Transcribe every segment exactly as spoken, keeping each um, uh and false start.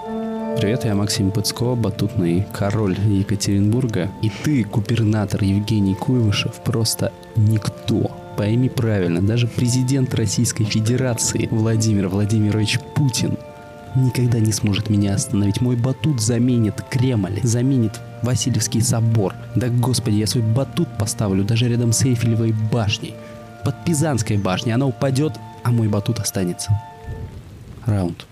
Привет, я Максим Пыцко, батутный король Екатеринбурга. И ты, губернатор Евгений Куйвышев, просто никто. Пойми правильно, даже президент Российской Федерации Владимир Владимирович Путин никогда не сможет меня остановить. Мой батут заменит Кремль, заменит Васильевский собор. Да господи, я свой батут поставлю даже рядом с Эйфелевой башней. Под Пизанской башней. Она упадет, а мой батут останется. Раунд.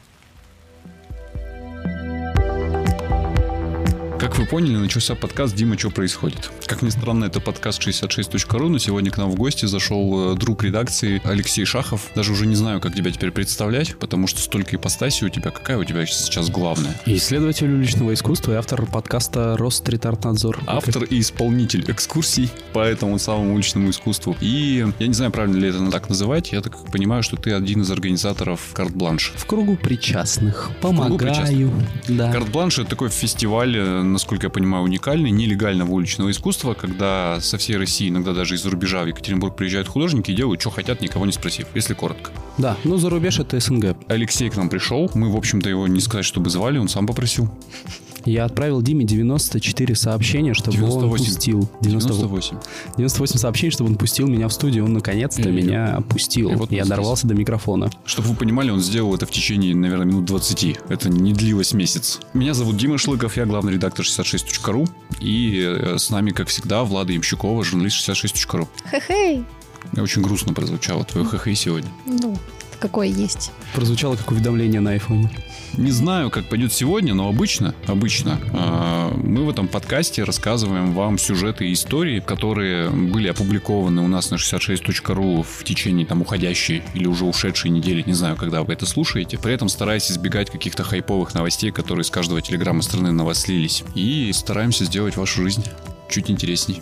Как вы поняли, начался подкаст «Дима, что происходит?». Как ни странно, это подкаст шестьдесят шесть точка ру, но сегодня к нам в гости зашел друг редакции Алексей Шахов. Даже уже не знаю, как тебя теперь представлять, потому что столько ипостасей у тебя. Какая у тебя сейчас главная? Исследователь уличного искусства и автор подкаста «Росстрит-Артнадзор». Автор и исполнитель экскурсий по этому самому уличному искусству. И я не знаю, правильно ли это так называть, я так понимаю, что ты один из организаторов «Карт-бланш». В кругу причастных. Помогаю. В кругу причастных. Да. «Карт-бланш» — это такой фестиваль, насколько я понимаю, уникальный, нелегального уличного искусства, когда со всей России, иногда даже из-за рубежа в Екатеринбург приезжают художники и делают, что хотят, никого не спросив, если коротко. Да, ну за рубеж это СНГ. Алексей к нам пришел, мы, в общем-то, его не сказать, чтобы звали, он сам попросил. Я отправил Диме девяносто четыре сообщения, чтобы девяносто восемь. Он пустил. девяносто восемь. девяносто восемь сообщений, чтобы он пустил меня в студию. Он наконец-то и меня пустил. Вот я дорвался здесь до микрофона. Чтобы вы понимали, он сделал это в течение, наверное, минут двадцати. Это не длилось месяц. Меня зовут Дима Шлыков, я главный редактор шестьдесят шесть точка ру. И с нами, как всегда, Влада Ямщикова, журналист шестьдесят шесть точка ру. Хе-хей. Очень грустно прозвучало твое хе-хей сегодня. Ну, какое есть. Прозвучало как уведомление на айфоне. Не знаю, как пойдет сегодня, но обычно, обычно э, мы в этом подкасте рассказываем вам сюжеты и истории, которые были опубликованы у нас на шестьдесят шесть точка ру в течение там уходящей или уже ушедшей недели, не знаю, когда вы это слушаете. При этом стараясь избегать каких-то хайповых новостей, которые с каждого телеграмма страны на вас слились. И стараемся сделать вашу жизнь чуть интересней.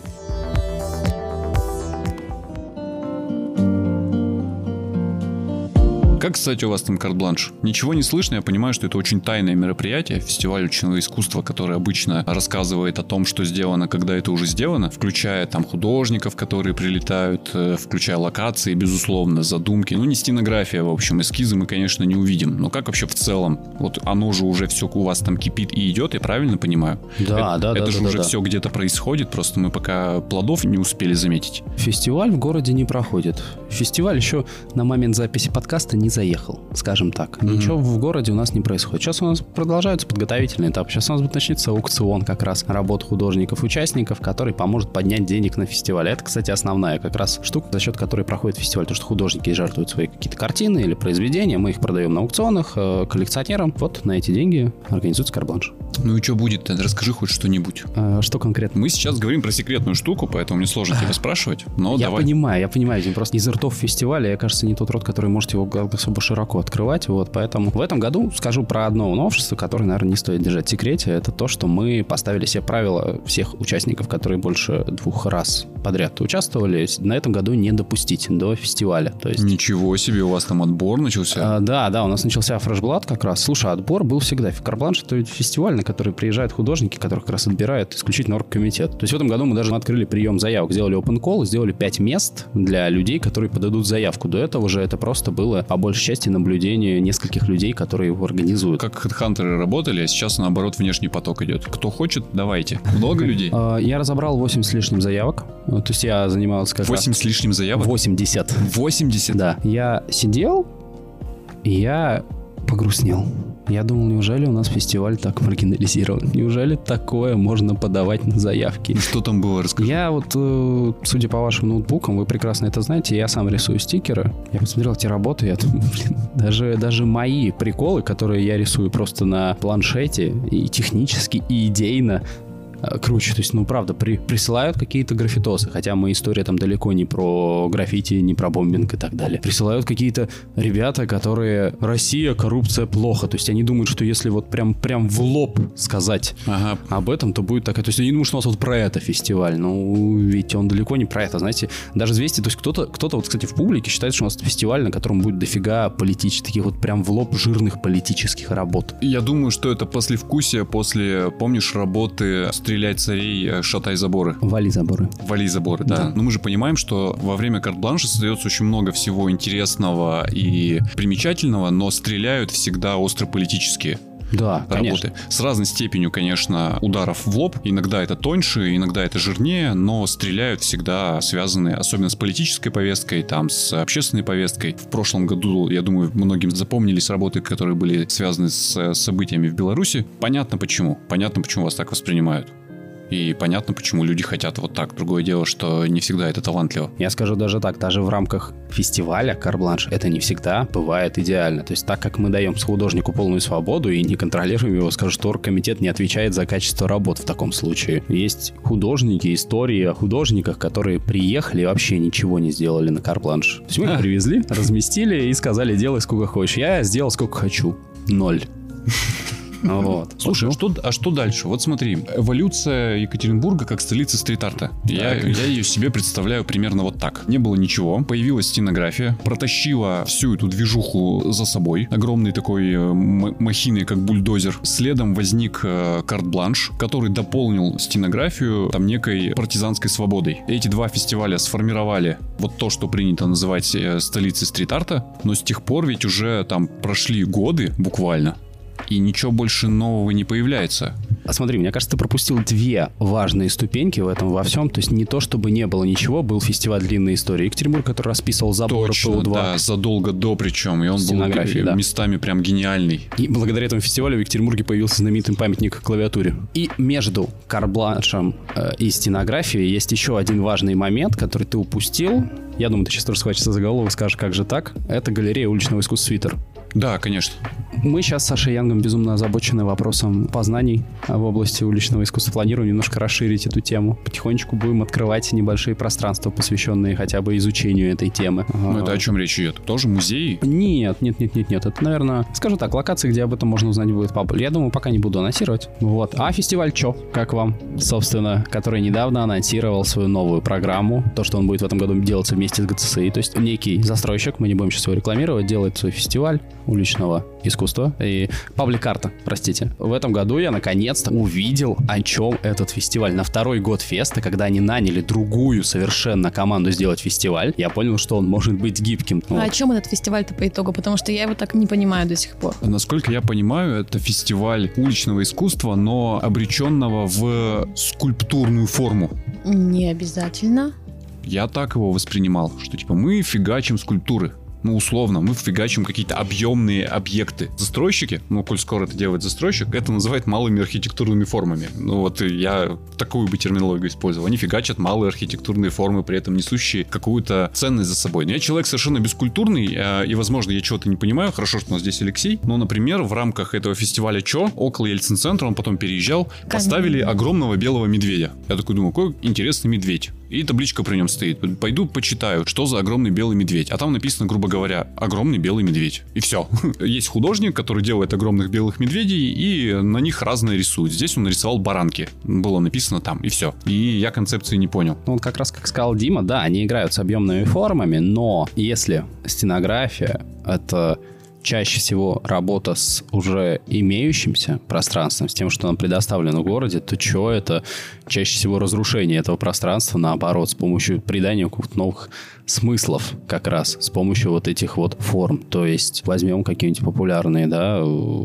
Как, кстати, у вас там карт-бланш? Ничего не слышно, я понимаю, что это очень тайное мероприятие, фестиваль уличного искусства, который обычно рассказывает о том, что сделано, когда это уже сделано, включая там художников, которые прилетают, включая локации, безусловно, задумки, ну не стенография, в общем, эскизы мы, конечно, не увидим, но как вообще в целом? Вот оно же уже все у вас там кипит и идет, я правильно понимаю? Да, это, да, да. Это да, же да, уже да. все где-то происходит, просто мы пока плодов не успели заметить. Фестиваль в городе не проходит. Фестиваль еще на момент записи подкаста не заехал, скажем так. Mm-hmm. Ничего в городе у нас не происходит. Сейчас у нас продолжается подготовительный этап. Сейчас у нас будет начнется аукцион как раз работ художников-участников, который поможет поднять денег на фестиваль. Это, кстати, основная как раз штука, за счет которой проходит фестиваль. То, что художники жертвуют свои какие-то картины или произведения, мы их продаем на аукционах э, коллекционерам. Вот на эти деньги организуется карт-бланш. Ну и что будет? Расскажи хоть что-нибудь. А, что конкретно? Мы сейчас говорим про секретную штуку, поэтому мне сложно тебя спрашивать. Но я давай. понимаю, я понимаю. Просто из ртов фестиваля, я, кажется, не тот рот, который может его особо широко открывать. Вот, поэтому в этом году скажу про одно новшество, которое, наверное, не стоит держать в секрете. Это то, что мы поставили себе правила всех участников, которые больше двух раз подряд участвовали, на этом году не допустить до фестиваля. То есть... Ничего себе, у вас там отбор начался? А, да, да, у нас начался фрешблат как раз. Слушай, отбор был всегда. Карт-бланш — это фестиваль, на который приезжают художники, которых как раз отбирает исключительно оргкомитет. То есть в этом году мы даже открыли прием заявок, сделали open call, сделали пять мест для людей, которые подадут заявку. До этого же это просто было, по большей части, наблюдение нескольких людей, которые его организуют. Как хедхантеры работали, а сейчас, наоборот, внешний поток идет. Кто хочет, давайте. Много людей? Я разобрал восемь с лишним заявок. То есть я занимался как раз... восемь с лишним заявок? восемьдесят. восемьдесят? Да. Я сидел, и я погрустнел. Я думал, неужели у нас фестиваль так маргинализирован? Неужели такое можно подавать на заявки? Ну, что там было? Расскажи. Я вот, э, судя по вашим ноутбукам, вы прекрасно это знаете, я сам рисую стикеры. Я посмотрел эти работы, я думаю, блин, даже, даже мои приколы, которые я рисую просто на планшете, и технически, и идейно, круче. То есть, ну, правда, при, присылают какие-то граффитосы, хотя моя история там далеко не про граффити, не про бомбинг и так далее. Присылают какие-то ребята, которые «Россия, коррупция, плохо». То есть, они думают, что если вот прям, прям в лоб сказать ага. об этом, то будет такая... То есть, они думают, что у нас вот про это фестиваль. Ну, ведь он далеко не про это, знаете. Даже известие, то есть, кто-то, кто-то вот, кстати, в публике считает, что у нас фестиваль, на котором будет дофига политических, таких вот прям в лоб жирных политических работ. Я думаю, что это послевкусие после, помнишь, работы «Стреляй царей, шатай заборы». Вали заборы. Вали заборы, да. да. Но мы же понимаем, что во время карт-бланша создается очень много всего интересного и примечательного, но стреляют всегда остро политические. Да, работы. конечно. С разной степенью, конечно, ударов в лоб. Иногда это тоньше, иногда это жирнее, но стреляют всегда связанные, особенно с политической повесткой, там, с общественной повесткой. В прошлом году, я думаю, многим запомнились работы, которые были связаны с событиями в Беларуси. Понятно почему. Понятно, почему вас так воспринимают. И понятно, почему люди хотят вот так. Другое дело, что не всегда это талантливо. Я скажу даже так, даже в рамках фестиваля «Карт-бланш» это не всегда бывает идеально. То есть так как мы даем художнику полную свободу и не контролируем его, скажу, что оргкомитет не отвечает за качество работ в таком случае. Есть художники, истории о художниках, которые приехали и вообще ничего не сделали на «Карт-бланш». То есть мы их привезли, разместили и сказали, делай сколько хочешь. Я сделал сколько хочу. Ноль. Вот. Слушай, а что, а что дальше? Вот смотри, эволюция Екатеринбурга как столицы стрит-арта. Я, я ее себе представляю примерно вот так. Не было ничего, появилась стенография, протащила всю эту движуху за собой. Огромный такой м- махиной, как бульдозер. Следом возник э, карт-бланш, который дополнил стенографию там некой партизанской свободой. Эти два фестиваля сформировали вот то, что принято называть э, столицей стрит-арта. Но с тех пор ведь уже там прошли годы буквально. И ничего больше нового не появляется. А смотри, мне кажется, ты пропустил две важные ступеньки в этом во всем. То есть не то, чтобы не было ничего. Был фестиваль длинной истории Екатеринбург, который расписывал заборы Точно, ПУ два. да, задолго до причем. И он был да. местами прям гениальный. И благодаря этому фестивалю в Екатеринбурге появился знаменитый памятник клавиатуре. И между карт-бланшем э, и стенографией есть еще один важный момент, который ты упустил. Я думаю, ты сейчас тоже схватишься за голову и скажешь, как же так? Это галерея уличного искусства «Свитер». Да, конечно. Мы сейчас с Сашей Янгом безумно озабочены вопросом познаний в области уличного искусства. Планируем немножко расширить эту тему. Потихонечку будем открывать небольшие пространства, посвященные хотя бы изучению этой темы. Ну, это о чем речь идет? Тоже музеи? Нет, нет, нет, нет, нет. Это, наверное, скажу так, локации, где об этом можно узнать будет побольше. Я думаю, пока не буду анонсировать. Вот. А фестиваль «Чё?» Как вам? Собственно, который недавно анонсировал свою новую программу. То, что он будет в этом году делаться вместе с ГЦСИ. То есть некий застройщик, мы не будем сейчас его рекламировать, делает свой фестиваль уличного искусства и паблик-арта, простите. В этом году я наконец-то увидел, о чем этот фестиваль. На второй год феста, когда они наняли другую совершенно команду сделать фестиваль, я понял, что он может быть гибким. А вот. О чем этот фестиваль-то по итогу? Потому что я его так не понимаю до сих пор. Насколько я понимаю, это фестиваль уличного искусства, но обреченного в скульптурную форму. Не обязательно. Я так его воспринимал, что типа мы фигачим скульптуры. Ну, условно, мы фигачим какие-то объемные объекты. Застройщики, ну, коль скоро это делает застройщик, это называют малыми архитектурными формами. Ну, вот я такую бы терминологию использовал. Они фигачат малые архитектурные формы, при этом несущие какую-то ценность за собой. Но я человек совершенно бескультурный, и, возможно, я чего-то не понимаю. Хорошо, что у нас здесь Алексей. Но, например, в рамках этого фестиваля «Чё?» около Ельцин-центра, он потом переезжал, Конечно. Поставили огромного белого медведя. Я такой думаю, какой интересный медведь. И табличка при нем стоит. Пойду почитаю, что за огромный белый медведь. А там написано, грубо говоря, огромный белый медведь. И все. Есть художник, который делает огромных белых медведей, и на них разное рисует. Здесь он нарисовал баранки. Было написано там, и все. И я концепции не понял. Он как раз, как сказал Дима, да, они играют с объемными формами, но если стенография — это чаще всего работа с уже имеющимся пространством, с тем, что нам предоставлено в городе, то что это чаще всего разрушение этого пространства, наоборот, с помощью придания каких-то новых смыслов, как раз с помощью вот этих вот форм. То есть возьмем какие-нибудь популярные, да,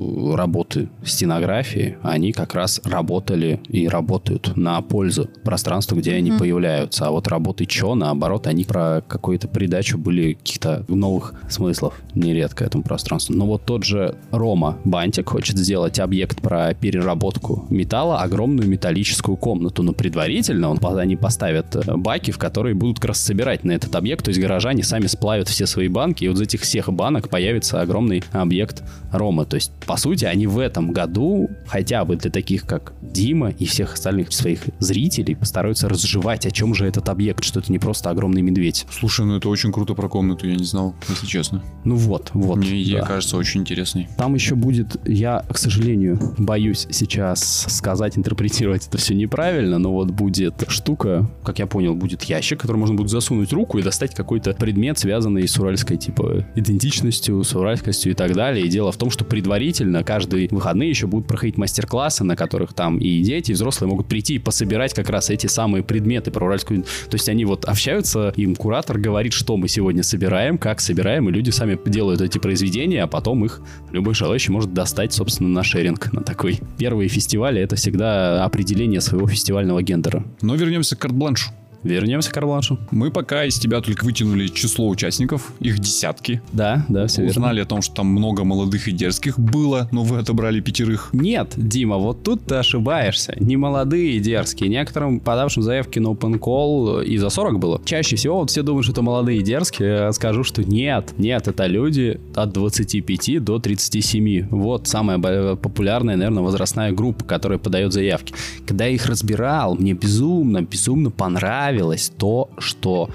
работы стенографии, они как раз работали и работают на пользу пространству, где mm-hmm. они появляются. А вот работы чё, наоборот, они про какую-то придачу были каких-то новых смыслов нередко этому пространству. Но вот тот же Рома Бантик хочет сделать объект про переработку металла, огромную металлическую комнату, но предварительно он, они поставят баки, в которые будут как раз собирать на этот объект. То есть горожане сами сплавят все свои банки, и вот из этих всех банок появится огромный объект Рома. То есть, по сути, они в этом году, хотя бы для таких, как Дима и всех остальных своих зрителей, постараются разжевать, о чем же этот объект, что это не просто огромный медведь. Слушай, ну это очень круто про комнату, я не знал, если честно. Ну вот, вот. Мне идея да. кажется очень интересной. Там еще будет, я, к сожалению, боюсь сейчас сказать, интерпретировать это все неправильно, но вот будет штука, как я понял, будет ящик, в который можно будет засунуть руку и достать какой-то предмет, связанный с уральской, типа, идентичностью, с уральскостью и так далее. И дело в том, что предварительно каждые выходные еще будут проходить мастер-классы, на которых там и дети, и взрослые могут прийти и пособирать как раз эти самые предметы про уральскую. То есть они вот общаются, им куратор говорит, что мы сегодня собираем, как собираем, и люди сами делают эти произведения, произведения, а потом их любой желающий может достать, собственно, на шеринг, на такой. Первые фестивали — это всегда определение своего фестивального гендера. Но вернемся к карт-бланшу. Вернемся к карт-бланшу. Мы пока из тебя только вытянули число участников, их десятки. Да, да, все верно. Узнали о том, что там много молодых и дерзких было, но вы отобрали пятерых. Нет, Дима, вот тут ты ошибаешься. Не молодые и дерзкие. Некоторым, подавшим заявки на open call, и за сорок было. Чаще всего вот все думают, что это молодые и дерзкие. Я скажу, что нет. Нет, это люди от двадцати пяти до тридцати семи. Вот самая популярная, наверное, возрастная группа, которая подает заявки. Когда я их разбирал, мне безумно, безумно понравилось то, что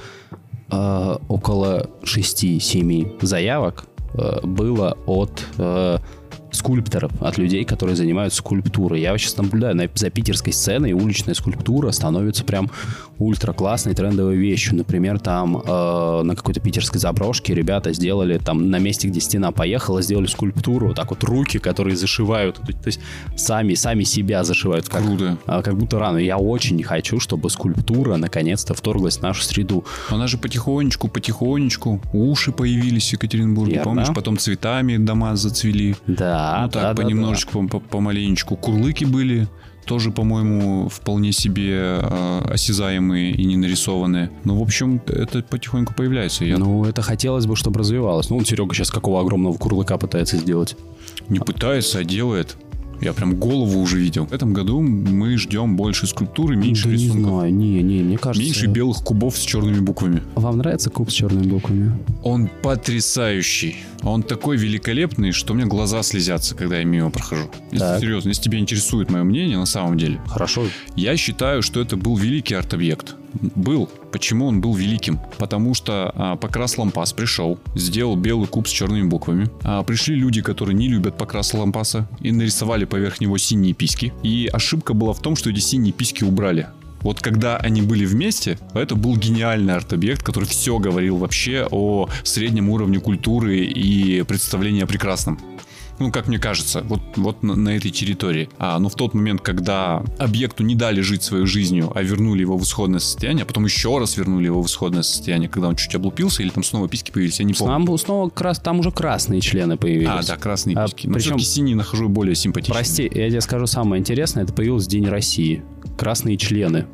э, около шести-семи заявок э, было от э, скульпторов, от людей, которые занимаются скульптурой. Я сейчас наблюдаю на, за питерской сценой, уличная скульптура становится прям ультра классной трендовой вещью. Например, там э, на какой-то питерской заброшке ребята сделали там на месте, где стена поехала, сделали скульптуру, вот так вот руки, которые зашивают, то есть сами, сами себя зашивают. Как, Круто. Э, как будто рану. Я очень хочу, чтобы скульптура наконец-то вторглась в нашу среду. Она же потихонечку, потихонечку, уши появились в Екатеринбурге, Верно. помнишь? Потом цветами дома зацвели. Да, ну так, да, да, понемножечку, да. помаленечку. Курлыки были тоже, по-моему, вполне себе э, осязаемые и не нарисованные. Ну, в общем, это потихоньку появляется. Я... Ну, это хотелось бы, чтобы развивалось. Ну, он, Серега, сейчас какого огромного курлыка пытается сделать? Не пытается, а делает. Я прям голову уже видел. В этом году мы ждем больше скульптуры, меньше да рисунков. Не знаю, не, не, мне кажется... Меньше белых кубов с черными буквами. Вам нравится куб с черными буквами? Он потрясающий. Он такой великолепный, что у меня глаза слезятся, когда я мимо прохожу. Если Так. серьезно, если тебя интересует мое мнение на самом деле. Хорошо. Я считаю, что это был великий арт-объект. Был. Почему он был великим? Потому что а, Покрас Лампас пришел, сделал белый куб с черными буквами. А, пришли люди, которые не любят Покраса Лампаса, и нарисовали поверх него синие письки. И ошибка была в том, что эти синие письки убрали. Вот когда они были вместе, это был гениальный арт-объект, который все говорил вообще о среднем уровне культуры и представления о прекрасном. Ну, как мне кажется, вот, вот на, на этой территории. А, но в тот момент, когда объекту не дали жить своей жизнью, а вернули его в исходное состояние, а потом еще раз вернули его в исходное состояние, когда он чуть облупился, или там снова письки появились, я не помню. Там, снова крас... там уже красные члены появились. А, да, красные А, письки. Но причем... все-таки синие нахожу более симпатичными. Прости, я тебе скажу самое интересное, это появился День России. Красные члены.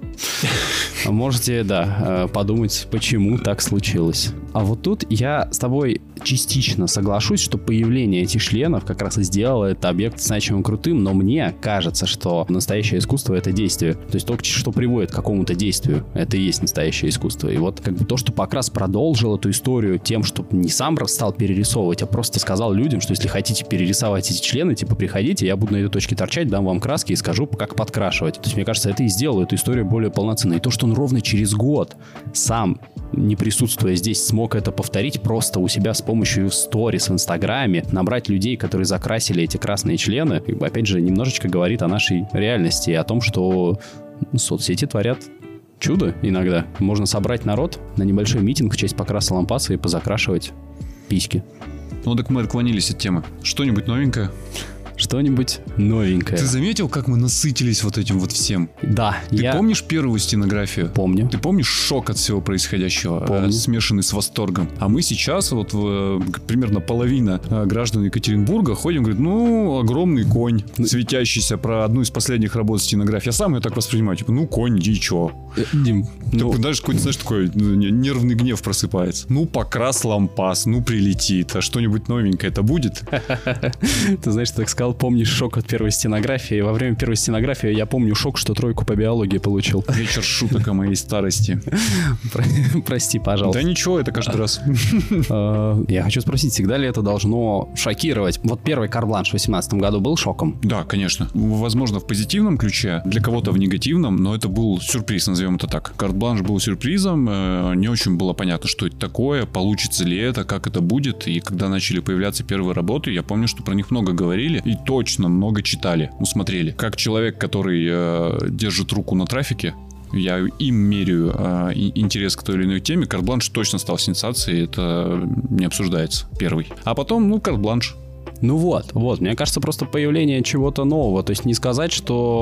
Можете, да, подумать, почему так случилось. А вот тут я с тобой частично соглашусь, что появление этих членов как раз и сделало этот объект значимым крутым, но мне кажется, что настоящее искусство — это действие. То есть то, что приводит к какому-то действию, это и есть настоящее искусство. И вот как бы то, что Покрас продолжил эту историю тем, что не сам стал перерисовывать, а просто сказал людям, что если хотите перерисовать эти члены, типа приходите, я буду на этой точке торчать, дам вам краски и скажу, как подкрашивать. То есть мне кажется, это и сделало эту историю более полноценной. И то, что он ровно через год сам, не присутствуя здесь, смог это повторить просто у себя с помощью сторис в Инстаграме, набрать людей, которые закрасили эти красные члены, как бы, опять же, немножечко говорит о нашей реальности и о том, что соцсети творят чудо иногда. Можно собрать народ на небольшой митинг в честь Покраса Лампаса и позакрашивать письки. Ну так мы отклонились от темы. Что-нибудь новенькое? Что-нибудь новенькое. Ты заметил, как мы насытились вот этим вот всем? Да, Ты я помнишь первую стенографию? помню. Ты помнишь шок от всего происходящего, Помню. э, смешанный с восторгом? А мы сейчас, вот в, э, примерно половина э, граждан Екатеринбурга ходим, говорит, ну, огромный конь, светящийся, про одну из последних работ стенографии. Я сам ее так воспринимаю, типа, ну, конь, и чё? Э, Дим, ну, Так, даже какой-то, знаешь, такой ну, не- нервный гнев просыпается. Ну, Покрас Лампас, ну, прилетит, а что-нибудь новенькое это будет? ты знаешь, ты так сказал, помнишь шок от первой стенографии. Во время первой стенографии я помню шок, что тройку по биологии получил. Вечер шуток о моей старости. Про- Прости, пожалуйста. Да ничего, это каждый раз. Э, Я хочу спросить, всегда ли это должно шокировать? Вот первый карт-бланш в восемнадцатом году был шоком? Да, конечно. Возможно, в позитивном ключе, для кого-то в негативном, но это был сюрприз, назовем это так. Карт-бланш был сюрпризом, э, не очень было понятно, что это такое, получится ли это, как это будет. И когда начали появляться первые работы, я помню, что про них много говорили и точно много читали, усмотрели. Как человек, который э, держит руку на трафике, я им меряю э, и- интерес к той или иной теме, карт-бланш точно стал сенсацией, это не обсуждается, первый. А потом, ну, карт-бланш. Ну вот, вот, мне кажется, просто появление чего-то нового. То есть не сказать,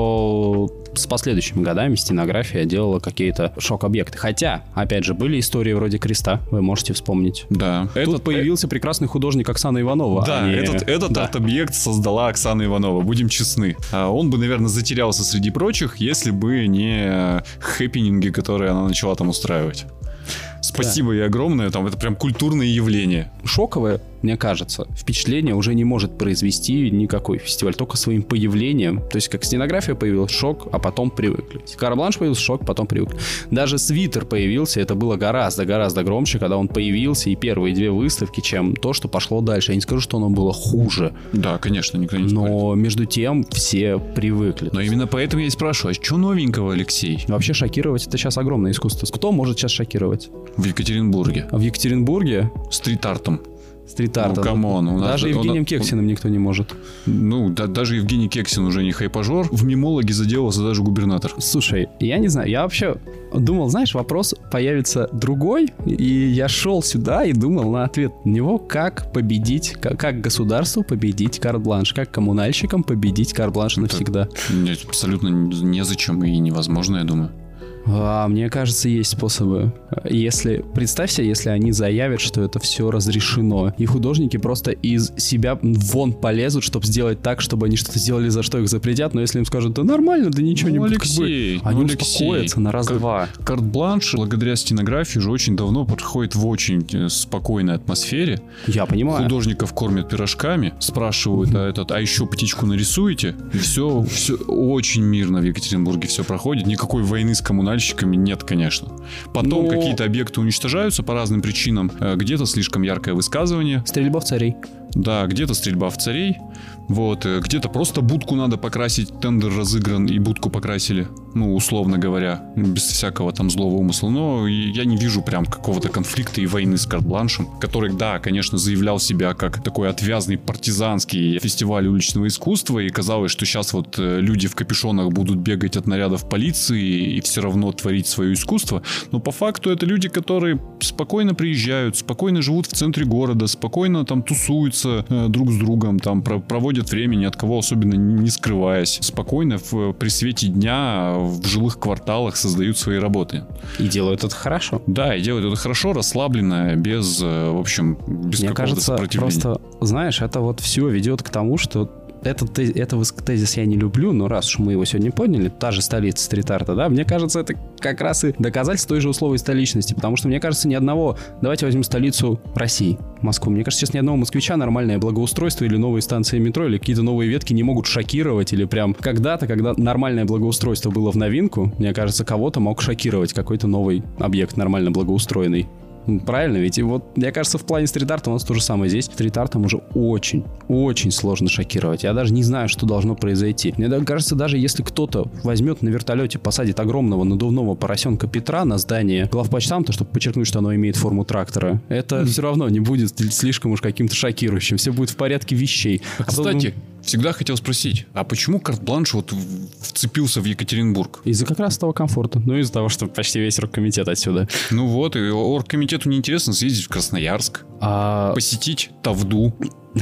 что с последующими годами стенография делала какие-то шок-объекты. Хотя, опять же, были истории вроде Креста, вы можете вспомнить. Да. Тут Этот появился прекрасный художник Оксана Иванова. Да, они... этот, этот да. арт-объект создала Оксана Иванова, будем честны. Он бы, наверное, затерялся среди прочих, если бы не хэппининги, которые она начала там устраивать. Спасибо да. ей огромное, там это прям культурное явление. Шоковое, мне кажется, впечатление уже не может произвести никакой фестиваль, только своим появлением. То есть как стенография появилась, шок, а потом привыкли. Карт-бланш появился, шок, потом привыкли. Даже свитер появился, это было гораздо-гораздо громче, когда он появился, и первые две выставки, чем то, что пошло дальше. Я не скажу, что оно было хуже. Да, конечно, никто не спорит. Но между тем все привыкли. Но именно поэтому я и спрашиваю, а что новенького, Алексей? Вообще шокировать — это сейчас огромное искусство. Кто может сейчас шокировать? В Екатеринбурге. В Екатеринбурге? Стрит-артом. Стрит-артом. Ну, камон. Даже он, Евгением он, Кексиным он, никто не может. Ну, да, даже Евгений Кексин уже не хайпажор. В мемологи заделался даже губернатор. Слушай, я не знаю, я вообще думал, знаешь, вопрос появится другой, и я шел сюда и думал на ответ на него, как победить, как, как государству победить карт-бланш, как коммунальщикам победить карт-бланш навсегда. Нет, абсолютно незачем и невозможно, я думаю. А, мне кажется, есть способы. Если, представь себе, если они заявят, что это все разрешено, и художники просто из себя вон полезут, чтобы сделать так, чтобы они что-то сделали, за что их запретят, но если им скажут, да нормально, да ничего ну, не будет, Алексей, как бы, они ну, успокоятся на раз-два. Карт-бланш, благодаря стенографии, уже очень давно проходит в очень спокойной атмосфере. Я понимаю. Художников кормят пирожками, спрашивают, а, этот, а еще птичку нарисуете? И все, все очень мирно в Екатеринбурге все проходит, никакой войны с коммунальщиками нет, конечно. Потом Но... какие-то объекты уничтожаются по разным причинам. Где-то слишком яркое высказывание. Стрельба в царей. Да, где-то стрельба в царей. Вот, где-то просто будку надо покрасить. Тендер разыгран и будку покрасили. Ну, условно говоря, без всякого там злого умысла. Но я не вижу прям какого-то конфликта и войны с карт-бланшем, который, да, конечно, заявлял себя как такой отвязный партизанский фестиваль уличного искусства. И казалось, что сейчас вот люди в капюшонах будут бегать от нарядов полиции и все равно творить свое искусство. Но по факту это люди, которые спокойно приезжают, спокойно живут в центре города, спокойно там тусуются э, друг с другом, там про- проводят время, ни от кого особенно не скрываясь. Спокойно в, при свете дня в жилых кварталах создают свои работы. И делают это хорошо. Да, и делают это хорошо, расслабленно, без, в общем, без Мне какого-то кажется, сопротивления. просто, знаешь, это вот все ведет к тому, что этот тез, этого тезис я не люблю, но раз уж мы его сегодня подняли, та же столица стрит-арта, да, мне кажется, это как раз и доказательство той же условной столичности, потому что, мне кажется, ни одного, давайте возьмем столицу России, Москву, мне кажется, сейчас ни одного москвича нормальное благоустройство или новые станции метро, или какие-то новые ветки не могут шокировать, или прям когда-то, когда нормальное благоустройство было в новинку, мне кажется, кого-то мог шокировать какой-то новый объект нормально благоустроенный. Правильно, ведь и вот, мне кажется, в плане стрит-арта у нас то же самое. Здесь стрит-артом уже очень, очень сложно шокировать. Я даже не знаю, что должно произойти. Мне кажется, даже если кто-то возьмет на вертолете, посадит огромного надувного поросенка Петра на здание главпочтамта, чтобы подчеркнуть, что оно имеет форму трактора, это mm. все равно не будет слишком уж каким-то шокирующим. Все будет в порядке вещей. А, кстати, всегда хотел спросить, а почему карт-бланш вот вцепился в Екатеринбург? Из-за как раз того комфорта. Ну, из-за того, что почти весь оргкомитет отсюда. Ну вот, и оргкомитету неинтересно съездить в Красноярск, а... посетить Тавду.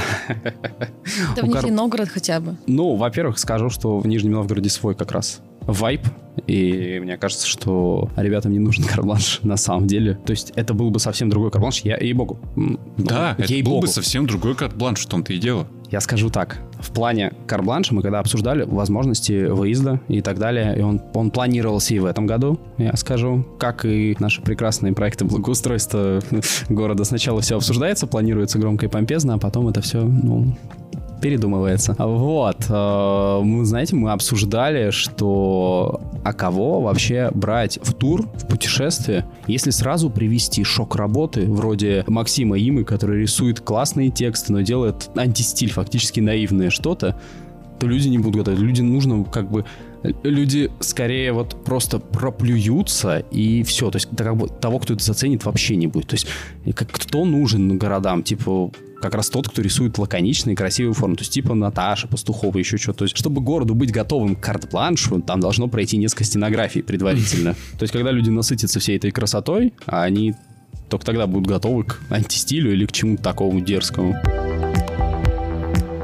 Да в Нижний Новгород хотя бы. Ну, во-первых, скажу, что в Нижнем Новгороде свой как раз вайб. И мне кажется, что ребятам не нужен карт-бланш на самом деле. То есть это был бы совсем другой карт-бланш, я ей-богу. Да, ну, это ей-богу. Был бы совсем другой карт-бланш, в том-то и дело. Я скажу так. В плане карт-бланша мы когда обсуждали возможности выезда и так далее, и он, он планировался и в этом году, я скажу, как и наши прекрасные проекты благоустройства города. Сначала все обсуждается, планируется громко и помпезно, а потом это все, ну... передумывается. Вот. Мы, знаете, мы обсуждали, что а кого вообще брать в тур, в путешествие, если сразу привести шок-работы вроде Максима Имы, который рисует классные тексты, но делает антистиль, фактически наивное что-то, то люди не будут готовы. Люди нужно как бы... Люди скорее вот просто проплюются и все. То есть как бы того, кто это заценит, вообще не будет. То есть как, кто нужен городам? Типа как раз тот, кто рисует лаконичные, красивые формы. То есть типа Наташа Пастухова, еще что-то. То есть чтобы городу быть готовым к карт-бланшу, там должно пройти несколько стенографий предварительно. То есть когда люди насытятся всей этой красотой, они только тогда будут готовы к антистилю или к чему-то такому дерзкому.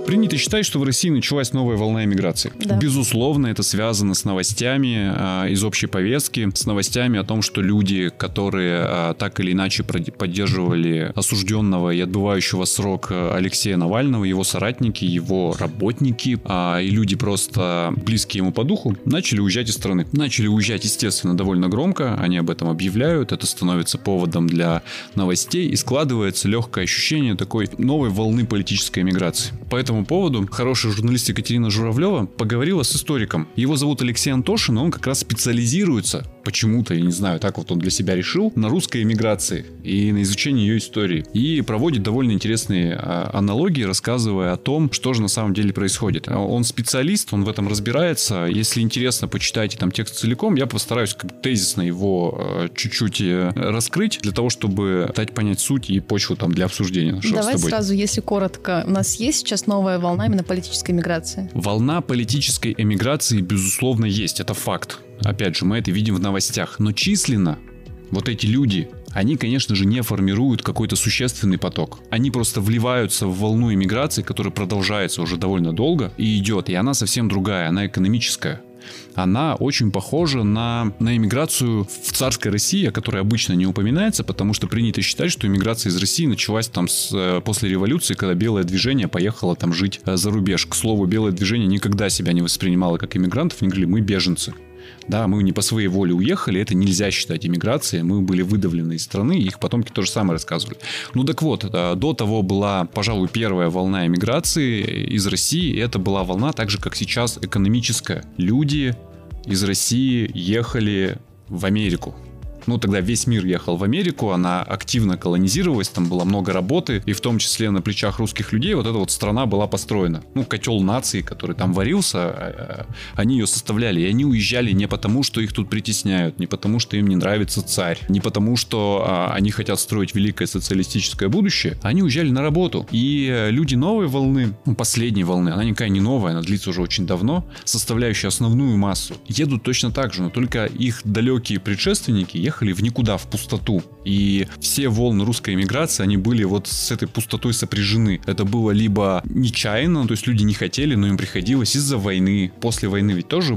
Принято считать, что в России началась новая волна эмиграции. Да. Безусловно, это связано с новостями а, из общей повестки, с новостями о том, что люди, которые а, так или иначе поддерживали осужденного и отбывающего срок Алексея Навального, его соратники, его работники а, и люди просто близкие ему по духу, начали уезжать из страны. Начали уезжать, естественно, довольно громко, они об этом объявляют, это становится поводом для новостей и складывается легкое ощущение такой новой волны политической эмиграции. Поэтому поводу хорошая журналист Екатерина Журавлева поговорила с историком. Его зовут Алексей Антошин, и он как раз специализируется, почему-то, я не знаю, так вот он для себя решил, на русской эмиграции и на изучении ее истории. И проводит довольно интересные а, аналогии, рассказывая о том, что же на самом деле происходит. Он специалист, он в этом разбирается. Если интересно, почитайте там текст целиком. Я постараюсь как бы тезисно его а, чуть-чуть раскрыть, для того, чтобы дать понять суть и почву там для обсуждения. Что Давай сразу, если коротко. У нас есть сейчас новая волна именно политической эмиграции? Волна политической эмиграции, безусловно, есть. Это факт. Опять же, мы это видим в новостях. Но численно вот эти люди, они, конечно же, не формируют какой-то существенный поток. Они просто вливаются в волну эмиграции, которая продолжается уже довольно долго и идет. И она совсем другая, она экономическая. Она очень похожа на, на эмиграцию в царской России, о которой обычно не упоминается, потому что принято считать, что эмиграция из России началась там с, после революции, когда белое движение поехало там жить за рубеж. К слову, белое движение никогда себя не воспринимало как эмигрантов, они говорили, мы беженцы. Да, мы не по своей воле уехали, это нельзя считать эмиграцией, мы были выдавлены из страны, их потомки то же самое рассказывали. Ну так вот, до того была, пожалуй, первая волна эмиграции из России, и это была волна, так же, как сейчас, экономическая. Люди из России ехали в Америку. Ну, тогда весь мир ехал в Америку, она активно колонизировалась, там было много работы, и в том числе на плечах русских людей вот эта вот страна была построена. Ну, котел нации, который там варился, они ее составляли, и они уезжали не потому, что их тут притесняют, не потому, что им не нравится царь, не потому, что а, они хотят строить великое социалистическое будущее, они уезжали на работу. И люди новой волны, ну, последней волны, она никакая не новая, она длится уже очень давно, составляющая основную массу, едут точно так же, но только их далекие предшественники ехали в никуда, в пустоту. И все волны русской эмиграции, они были вот с этой пустотой сопряжены. Это было либо нечаянно, то есть люди не хотели, но им приходилось из-за войны. После войны ведь тоже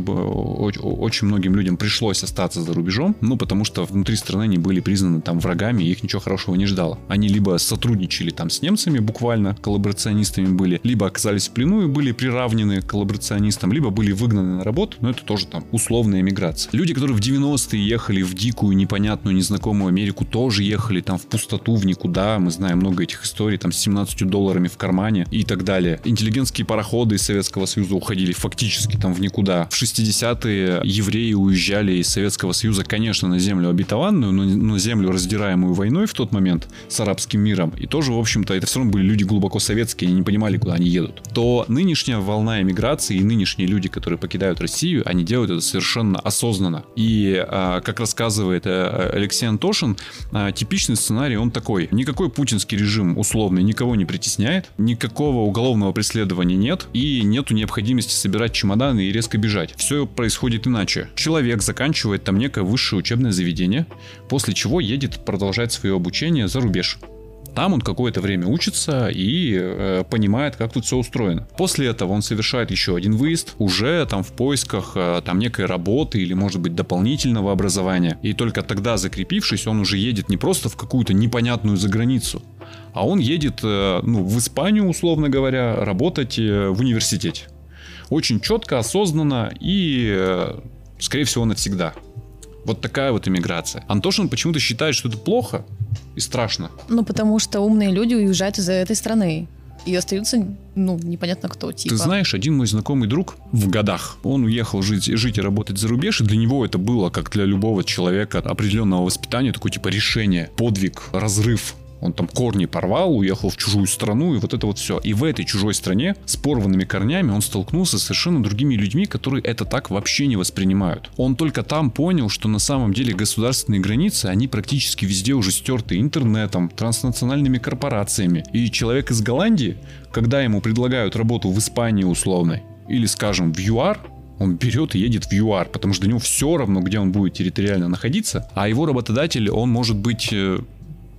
очень многим людям пришлось остаться за рубежом, ну, потому что внутри страны они были признаны там врагами, и их ничего хорошего не ждало. Они либо сотрудничали там с немцами, буквально коллаборационистами были, либо оказались в плену и были приравнены к коллаборационистам, либо были выгнаны на работу, но это тоже там условная эмиграция. Люди, которые в девяностые ехали в дикую, непонятную, незнакомую Америку, тоже ехали там в пустоту, в никуда. Мы знаем много этих историй, там с семнадцатью долларами в кармане и так далее. Интеллигентские пароходы из Советского Союза уходили фактически там в никуда. В шестидесятые евреи уезжали из Советского Союза, конечно, на землю обетованную, но на землю, раздираемую войной в тот момент с арабским миром. И тоже, в общем-то, это все равно были люди глубоко советские, они не понимали, куда они едут. То нынешняя волна эмиграции и нынешние люди, которые покидают Россию, они делают это совершенно осознанно. И, как рассказывает Алексей Антошин, типичный сценарий, он такой. Никакой путинский режим условный никого не притесняет, никакого уголовного преследования нет, и нету необходимости собирать чемоданы и резко бежать. Все происходит иначе. Человек заканчивает там некое высшее учебное заведение, после чего едет продолжать свое обучение за рубеж. Там он какое-то время учится и э, понимает, как тут все устроено. После этого он совершает еще один выезд, уже там в поисках э, там некой работы или, может быть, дополнительного образования. И только тогда, закрепившись, он уже едет не просто в какую-то непонятную заграницу, а он едет э, ну, в Испанию, условно говоря, работать э, в университете. Очень четко, осознанно и, э, скорее всего, навсегда. Вот такая вот иммиграция. Антошин почему-то считает, что это плохо и страшно. Ну, потому что умные люди уезжают из этой страны. И остаются, ну, непонятно кто, типа. Ты знаешь, один мой знакомый друг в годах, он уехал жить, жить и работать за рубеж, и для него это было, как для любого человека определенного воспитания, такое типа решение, подвиг, разрыв. Он там корни порвал, уехал в чужую страну, и вот это вот все. И в этой чужой стране с порванными корнями он столкнулся с совершенно другими людьми, которые это так вообще не воспринимают. Он только там понял, что на самом деле государственные границы, они практически везде уже стерты интернетом, транснациональными корпорациями. И человек из Голландии, когда ему предлагают работу в Испании условной, или, скажем, в ЮАР, он берет и едет в ЮАР, потому что для него все равно, где он будет территориально находиться, а его работодатель, он может быть, ну,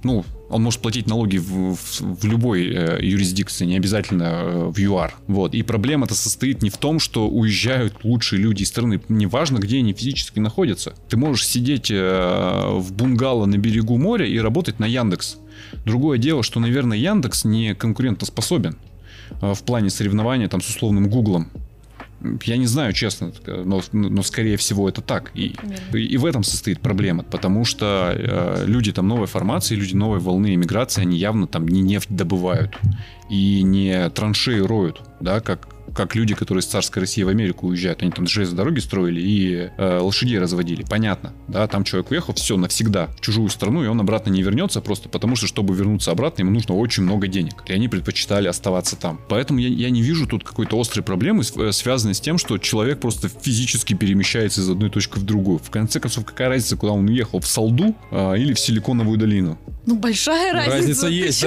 Он может платить налоги в, в, в любой э, юрисдикции, не обязательно э, в ЮАР. Вот. И проблема-то состоит не в том, что уезжают лучшие люди из страны. Неважно, где они физически находятся. Ты можешь сидеть э, в бунгало на берегу моря и работать на Яндекс. Другое дело, что, наверное, Яндекс не конкурентоспособен э, в плане соревнования там, с условным Гуглом. Я не знаю, честно, но, но скорее всего это так. И, и, и в этом состоит проблема, потому что э, люди там новой формации, люди новой волны эмиграции, они явно там не нефть добывают и не траншеи роют, да, как, как люди, которые из царской России в Америку уезжают. Они там железные дороги строили и э, лошадей разводили. Понятно, да, там человек уехал, все, навсегда в чужую страну, и он обратно не вернется, просто потому что, чтобы вернуться обратно, ему нужно очень много денег. И они предпочитали оставаться там. Поэтому я, я не вижу тут какой-то острой проблемы, связанной с тем, что человек просто физически перемещается из одной точки в другую. В конце концов, какая разница, куда он уехал? В Салду э, или в Силиконовую долину? Ну, большая разница. Разница есть.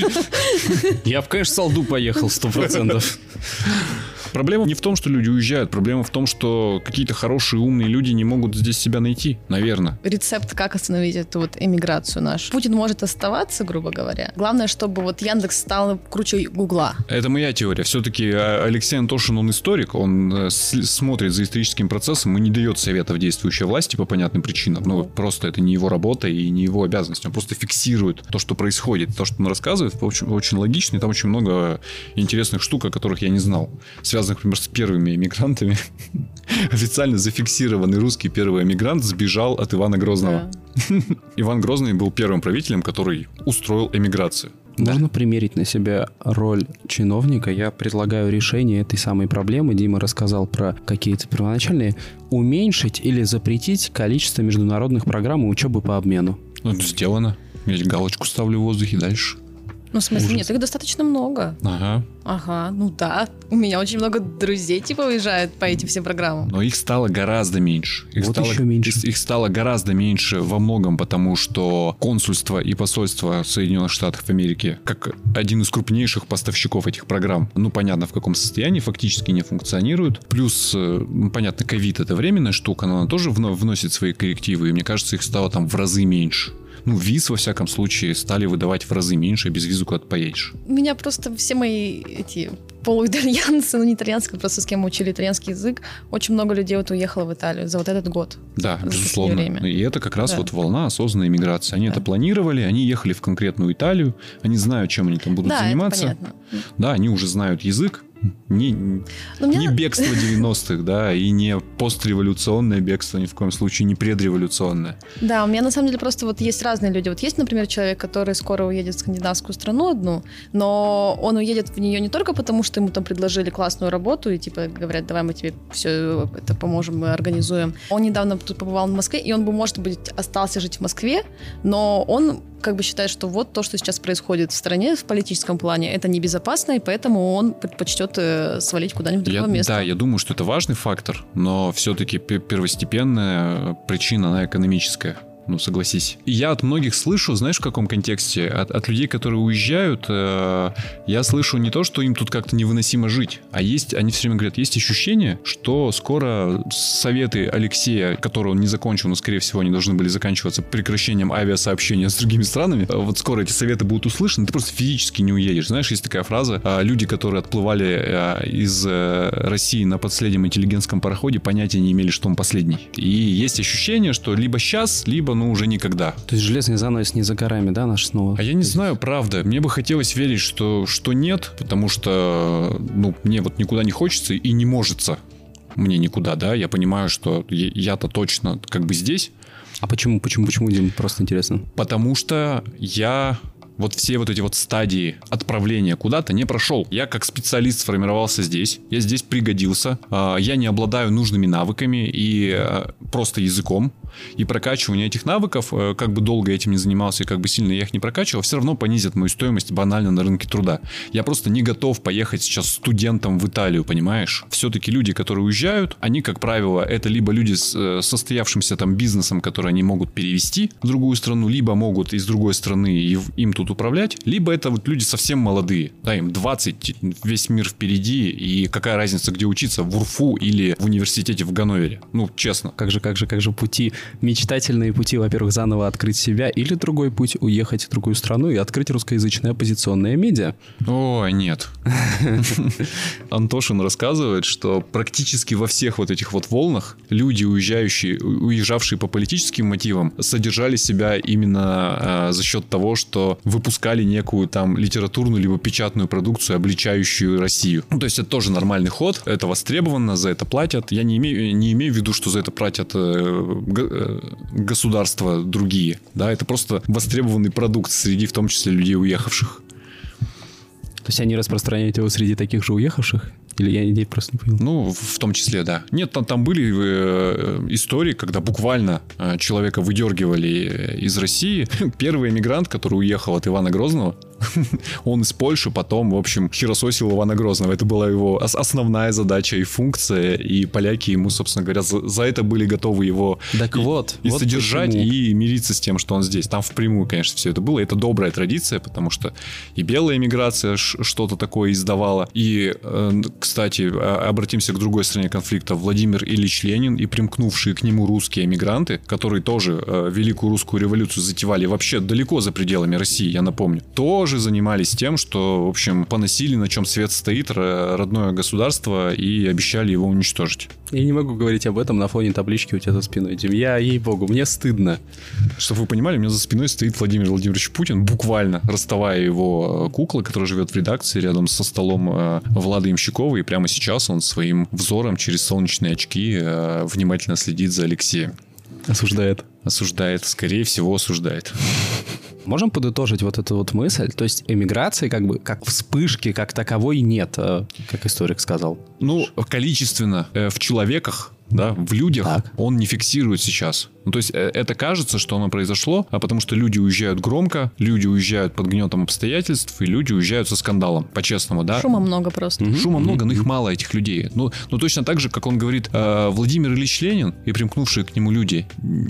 Я бы, конечно, в Салду поехал, сто процентов. Проблема не в том, что люди уезжают, проблема в том, что какие-то хорошие, умные люди не могут здесь себя найти, наверное. Рецепт, как остановить эту вот эмиграцию нашу. Путин может оставаться, грубо говоря. Главное, чтобы вот Яндекс стал круче Гугла. Это моя теория. Все-таки Алексей Антошин, он историк, он смотрит за историческим процессом и не дает советов действующей власти по понятным причинам. Ну, просто это не его работа и не его обязанность. Он просто фиксирует то, что происходит. То, что он рассказывает, очень, очень логично, и там очень много интересных штук, о которых я не знал. Связанных, например, с первыми эмигрантами. Официально зафиксированный русский первый эмигрант сбежал от Ивана Грозного. Да. Иван Грозный был первым правителем, который устроил эмиграцию. Можно да. примерить на себя роль чиновника. Я предлагаю решение этой самой проблемы. Дима рассказал про какие-то первоначальные. Уменьшить или запретить количество международных программ и учебы по обмену. Ну, это сделано. Я галочку ставлю в воздухе дальше. Ну, в смысле, Ужас. Нет, их достаточно много. Ага. Ага, ну да. У меня очень много друзей, типа, уезжают по этим всем программам. Но их стало гораздо меньше. Их вот стало, еще меньше. Их, их стало гораздо меньше во многом, потому что консульство и посольство Соединенных Штатов Америки, как один из крупнейших поставщиков этих программ, ну, понятно, в каком состоянии, фактически не функционируют. Плюс, ну, понятно, ковид — это временная штука, но она тоже вносит свои коррективы, и мне кажется, их стало там в разы меньше. Ну, виз, во всяком случае, стали выдавать в разы меньше, без визу куда-то поедешь. У меня просто все мои эти полуитальянцы, ну не итальянцы, просто с кем мы учили итальянский язык, очень много людей вот уехало в Италию за вот этот год. Да, безусловно. И это как раз да. вот волна осознанной иммиграции. Они да. это планировали, они ехали в конкретную Италию, они знают, чем они там будут да, заниматься. Это понятно. Да, они уже знают язык. Не, не бегство девяностых, да, и не постреволюционное бегство, ни в коем случае не предреволюционное. Да, у меня на самом деле просто вот есть разные люди. Вот есть, например, человек, который скоро уедет в скандинавскую страну одну, но он уедет в нее не только потому, что ему там предложили классную работу и типа говорят, давай мы тебе все это поможем, мы организуем. Он недавно тут побывал в Москве, и он бы, может быть, остался жить в Москве, но он как бы считает, что вот то, что сейчас происходит в стране в политическом плане, это небезопасно, и поэтому он предпочтет свалить куда-нибудь в другое я, место. Да, я думаю, что это важный фактор, но все-таки первостепенная причина, она экономическая. Ну, согласись. И я от многих слышу, знаешь, в каком контексте? От, от людей, которые уезжают, э, я слышу не то, что им тут как-то невыносимо жить, а есть, они все время говорят, есть ощущение, что скоро советы Алексея, которые он не закончил, но, скорее всего, они должны были заканчиваться прекращением авиасообщения с другими странами, вот скоро эти советы будут услышаны, ты просто физически не уедешь. Знаешь, есть такая фраза, люди, которые отплывали из России на последнем интеллигентском пароходе, понятия не имели, что он последний. И есть ощущение, что либо сейчас, либо ну, уже никогда. То есть железный занавес не за горами, да, наш снова? А я не знаю, правда. Мне бы хотелось верить, что, что нет, потому что, ну, мне вот никуда не хочется и не можется мне никуда, да. Я понимаю, что я-то точно как бы здесь. А почему, почему, почему, Дим? Просто интересно. Потому что я... вот все вот эти вот стадии отправления куда-то не прошел. Я как специалист сформировался здесь. Я здесь пригодился. Я не обладаю нужными навыками и просто языком. И прокачивание этих навыков, как бы долго я этим не занимался и как бы сильно я их не прокачивал, все равно понизит мою стоимость банально на рынке труда. Я просто не готов поехать сейчас студентом в Италию, понимаешь? Все-таки люди, которые уезжают, они, как правило, это либо люди с состоявшимся там бизнесом, который они могут перевести в другую страну, либо могут из другой страны и им тут могут управлять, либо это вот люди совсем молодые, да, им двадцать, весь мир впереди, и какая разница, где учиться, в УРФУ или в университете в Ганновере, ну, честно. Как же, как же, как же пути, мечтательные пути, во-первых, заново открыть себя, или другой путь, уехать в другую страну и открыть русскоязычное оппозиционное медиа. Ой, нет. Антошин рассказывает, что практически во всех вот этих вот волнах люди, уезжающие, уезжавшие по политическим мотивам, содержали себя именно э, за счет того, что выпускали некую там литературную либо печатную продукцию, обличающую Россию. Ну, то есть это тоже нормальный ход, это востребовано, за это платят. Я не имею, не имею в виду, что за это платят э, г- государства другие, да, это просто востребованный продукт среди, в том числе, людей уехавших. То есть они распространяют его среди таких же уехавших? Или я, я просто не понял? Ну, в том числе, да. Нет, там, там были э, истории, когда буквально э, человека выдергивали из России. Первый эмигрант, который уехал от Ивана Грозного, он из Польши потом, в общем, херососил Ивана Грозного. Это была его основная задача и функция. И поляки ему, собственно говоря, за, за это были готовы его так и, вот, и вот содержать, почему. И мириться с тем, что он здесь. Там впрямую, конечно, все это было. Это добрая традиция, потому что и белая эмиграция что-то такое издавала. И, э, кстати, обратимся к другой стороне конфликта. Владимир Ильич Ленин и примкнувшие к нему русские эмигранты, которые тоже э, Великую Русскую революцию затевали вообще далеко за пределами России, я напомню, тоже занимались тем, что, в общем, поносили, на чем свет стоит, родное государство, и обещали его уничтожить. Я не могу говорить об этом на фоне таблички у тебя за спиной, Дим. Я, ей-богу, мне стыдно. Чтобы вы понимали, у меня за спиной стоит Владимир Владимирович Путин, буквально расставая его кукла, которая живет в редакции рядом со столом Влады Ямщиковой, и прямо сейчас он своим взором через солнечные очки внимательно следит за Алексеем. Осуждает. Осуждает, скорее всего, осуждает. Можем подытожить вот эту вот мысль? То есть эмиграции как бы как вспышки как таковой нет, как историк сказал. Ну, количественно э, в человеках, да, в людях так. Он не фиксирует сейчас. Ну, то есть э, это кажется, что оно произошло, а потому что люди уезжают громко, люди уезжают под гнетом обстоятельств, и люди уезжают со скандалом, по-честному, да. Шума много просто. Mm-hmm. Шума mm-hmm. много, но их мало, этих людей. Ну, ну, точно так же, как он говорит, э, Владимир Ильич Ленин и примкнувшие к нему люди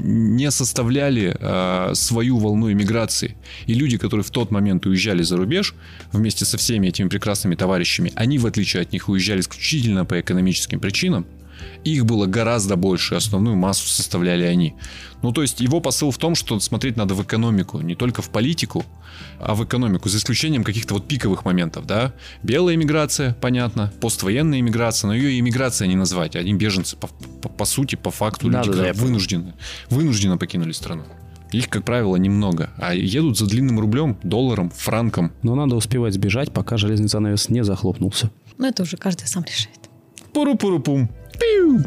не составляли э, свою волну эмиграции. И люди, которые в тот момент уезжали за рубеж вместе со всеми этими прекрасными товарищами, они, в отличие от них, уезжали исключительно по экономическим причинам. Их было гораздо больше, основную массу составляли они. Ну, то есть его посыл в том, что смотреть надо в экономику, не только в политику, а в экономику, за исключением каких-то вот пиковых моментов, да. Белая эмиграция, понятно, поствоенная эмиграция, но ее и эмиграция не назвать. Они беженцы, по, по, по сути, по факту, да, люди да, да, вынуждены, вынужденно покинули страну. Их, как правило, немного, а едут за длинным рублем, долларом, франком. Но надо успевать сбежать, пока железный занавес не захлопнулся. Но это уже каждый сам решает. Пуру-пуру-пум. Пиу!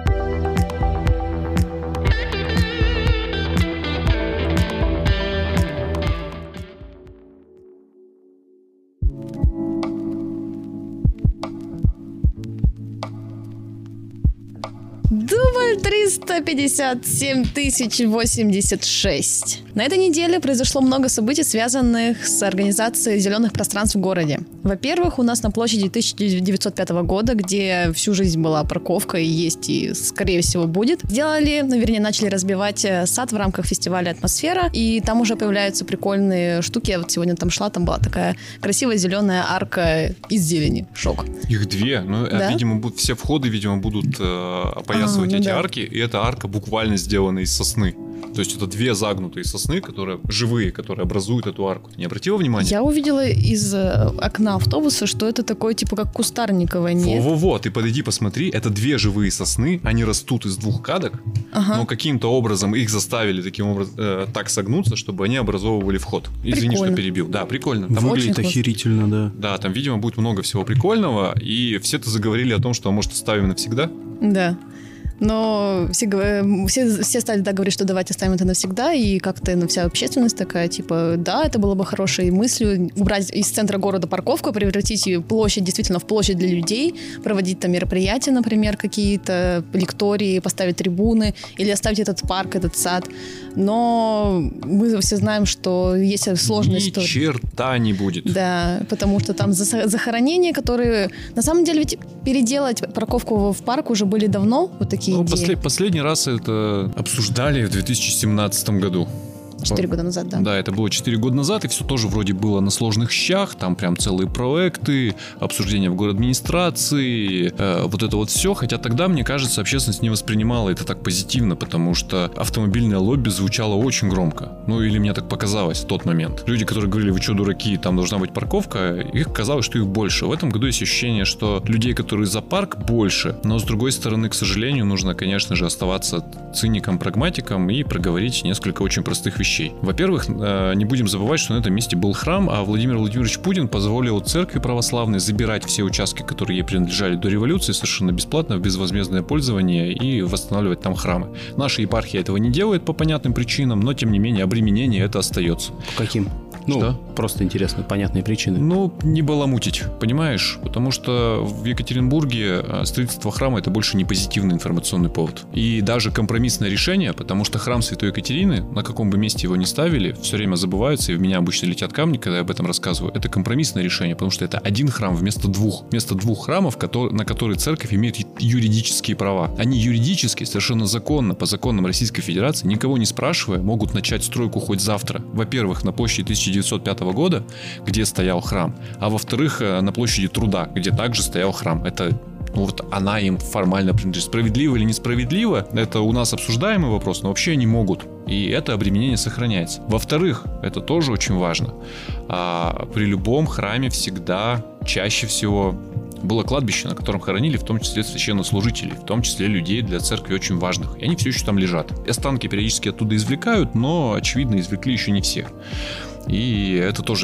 Дубль триста пятьдесят семь тысяч восемьдесят шесть. На этой неделе произошло много событий, связанных с организацией зеленых пространств в городе. Во-первых, у нас на площади тысяча девятьсот пятого года, где всю жизнь была парковка и есть, и, скорее всего, будет, сделали, ну, вернее, начали разбивать сад в рамках фестиваля «Атмосфера», и там уже появляются прикольные штуки. Я вот сегодня там шла, там была такая красивая зеленая арка из зелени. Шок. Их две. Ну, да? Видимо, будут, все входы, видимо, будут э, опоясывать а, ну эти да. арки, и эта арка буквально сделана из сосны. То есть это две загнутые сосны, которые живые, которые образуют эту арку. Ты не обратила внимания? Я увидела из окна автобуса, что это такое, типа, как кустарниковое. Нет? Во-во-во, ты подойди, посмотри. Это две живые сосны, они растут из двух кадок, ага. но каким-то образом их заставили таким образом э, так согнуться, чтобы они образовывали вход. Извини, прикольно. Что перебил. Да, прикольно. Там выглядит охерительно, да. Да, там, видимо, будет много всего прикольного, и все-то заговорили о том, что, может, оставим навсегда? Да. Но все, все, все стали да, говорить, что давайте оставим это навсегда, и как-то ну, вся общественность такая, типа, да, это было бы хорошей мыслью, убрать из центра города парковку, превратить площадь действительно в площадь для людей, проводить там мероприятия, например, какие-то лектории, поставить трибуны, или оставить этот парк, этот сад. Но мы все знаем, что есть сложная Ни история. Ни черта не будет. Да, потому что там захоронения, которые... На самом деле ведь переделать парковку в парк уже были давно, вот такие Ну, идеи. Послед, последний раз это обсуждали в две тысячи семнадцатом году. Четыре года назад, да. Да, это было четыре года назад, и все тоже вроде было на сложных щах, там прям целые проекты, обсуждения в городадминистрации, э, вот это вот все, хотя тогда, мне кажется, общественность не воспринимала это так позитивно, потому что автомобильное лобби звучало очень громко, ну или мне так показалось в тот момент. Люди, которые говорили, вы что, дураки, там должна быть парковка, их казалось, что их больше. В этом году есть ощущение, что людей, которые за парк, больше, но с другой стороны, к сожалению, нужно, конечно же, оставаться циником, прагматиком и проговорить несколько очень простых вещей. Во-первых, не будем забывать, что на этом месте был храм, а Владимир Владимирович Путин позволил церкви православной забирать все участки, которые ей принадлежали до революции, совершенно бесплатно, в безвозмездное пользование и восстанавливать там храмы. Наша епархия этого не делает по понятным причинам, но тем не менее обременение это остается. По каким? Ну, что? Просто интересно, понятные причины. Ну, не баламутить, понимаешь? Потому что в Екатеринбурге строительство храма — это больше не позитивный информационный повод. И даже компромиссное решение, потому что храм Святой Екатерины, на каком бы месте его ни ставили, все время забываются, и в меня обычно летят камни, когда я об этом рассказываю. Это компромиссное решение, потому что это один храм вместо двух. Вместо двух храмов, на которые церковь имеет юридические права. Они юридически, совершенно законно, по законам Российской Федерации, никого не спрашивая, могут начать стройку хоть завтра. Во-первых, на площади тысяча девятьсот пятого года, где стоял храм, а во-вторых, на площади Труда, где также стоял храм. Это, ну, вот она им формально принадлежит. Справедливо или несправедливо, это у нас обсуждаемый вопрос, но вообще они могут. И это обременение сохраняется. Во-вторых, это тоже очень важно. А, при любом храме всегда, чаще всего, было кладбище, на котором хоронили в том числе священнослужителей, в том числе людей для церкви очень важных. И они все еще там лежат. Останки периодически оттуда извлекают, но, очевидно, извлекли еще не всех. И это тоже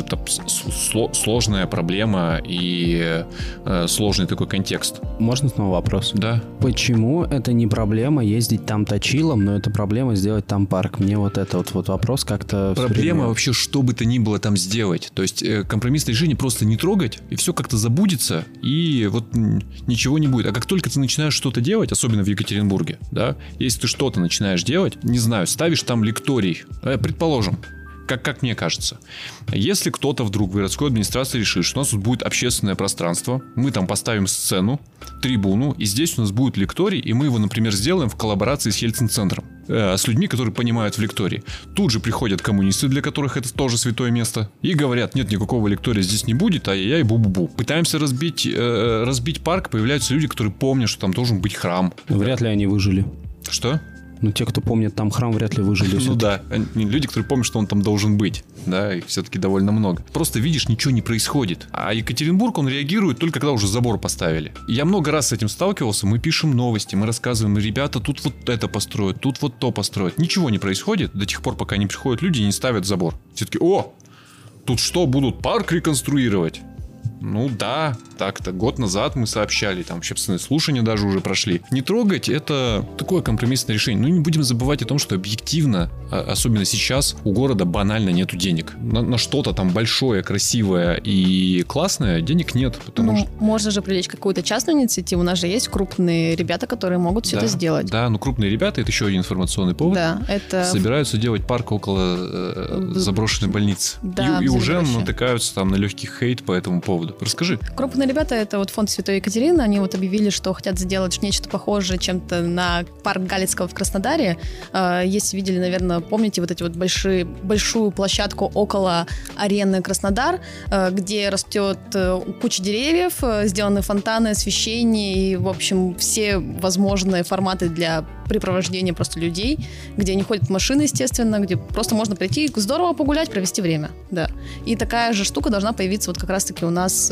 сложная проблема и э, сложный такой контекст. Можно снова вопрос? Да. Почему это не проблема ездить там точилом, но это проблема сделать там парк? Мне вот это вот, вот вопрос как-то... Проблема время... вообще, что бы то ни было там сделать. То есть э, компромиссное решение просто не трогать, и все как-то забудется, и вот ничего не будет. А как только ты начинаешь что-то делать, особенно в Екатеринбурге, да, если ты что-то начинаешь делать, не знаю, ставишь там лекторий, э, предположим, Как, как мне кажется, если кто-то вдруг в городской администрации решит, что у нас тут будет общественное пространство, мы там поставим сцену, трибуну, и здесь у нас будет лекторий, и мы его, например, сделаем в коллаборации с Ельцин-центром, э, с людьми, которые понимают в лектории. Тут же приходят коммунисты, для которых это тоже святое место, и говорят, нет, никакого лектория здесь не будет, ай-яй-яй, бу-бу-бу. Пытаемся разбить, э, разбить парк, появляются люди, которые помнят, что там должен быть храм. Вряд ли они выжили. Что? Ну, те, кто помнит там храм, вряд ли выжили. Ну да, люди, которые помнят, что он там должен быть. Да, их все-таки довольно много. Просто видишь, ничего не происходит. А Екатеринбург, он реагирует только когда уже забор поставили. Я много раз с этим сталкивался. Мы пишем новости, мы рассказываем, ребята, тут вот это построят, тут вот то построят. Ничего не происходит до тех пор, пока не приходят люди и не ставят забор. Все-таки, о, тут что, будут парк реконструировать? Ну да, так-то год назад мы сообщали, там общественные слушания даже уже прошли. Не трогать — это такое компромиссное решение. Но не будем забывать о том, что объективно, особенно сейчас, у города банально нету денег. На, на что-то там большое, красивое и классное денег нет. Потому ну, что... Можно же привлечь какую-то частную инициативу. У нас же есть крупные ребята, которые могут все да, это сделать. Да, но крупные ребята — это еще один информационный повод. Да, это... Собираются делать парк около э, заброшенной больницы. Да, и, и уже натыкаются там на легкий хейт по этому поводу. Расскажи. Крупные ребята — это вот фонд Святой Екатерины. Они вот объявили, что хотят сделать нечто похожее чем-то на парк Галицкого в Краснодаре. Если видели, наверное, помните вот эти вот большие, большую площадку около арены Краснодар, где растет куча деревьев, сделаны фонтаны, освещение и, в общем, все возможные форматы для препровождения просто людей, где не ходят машины, естественно, где просто можно прийти, здорово погулять, провести время. Да. И такая же штука должна появиться вот как раз-таки у нас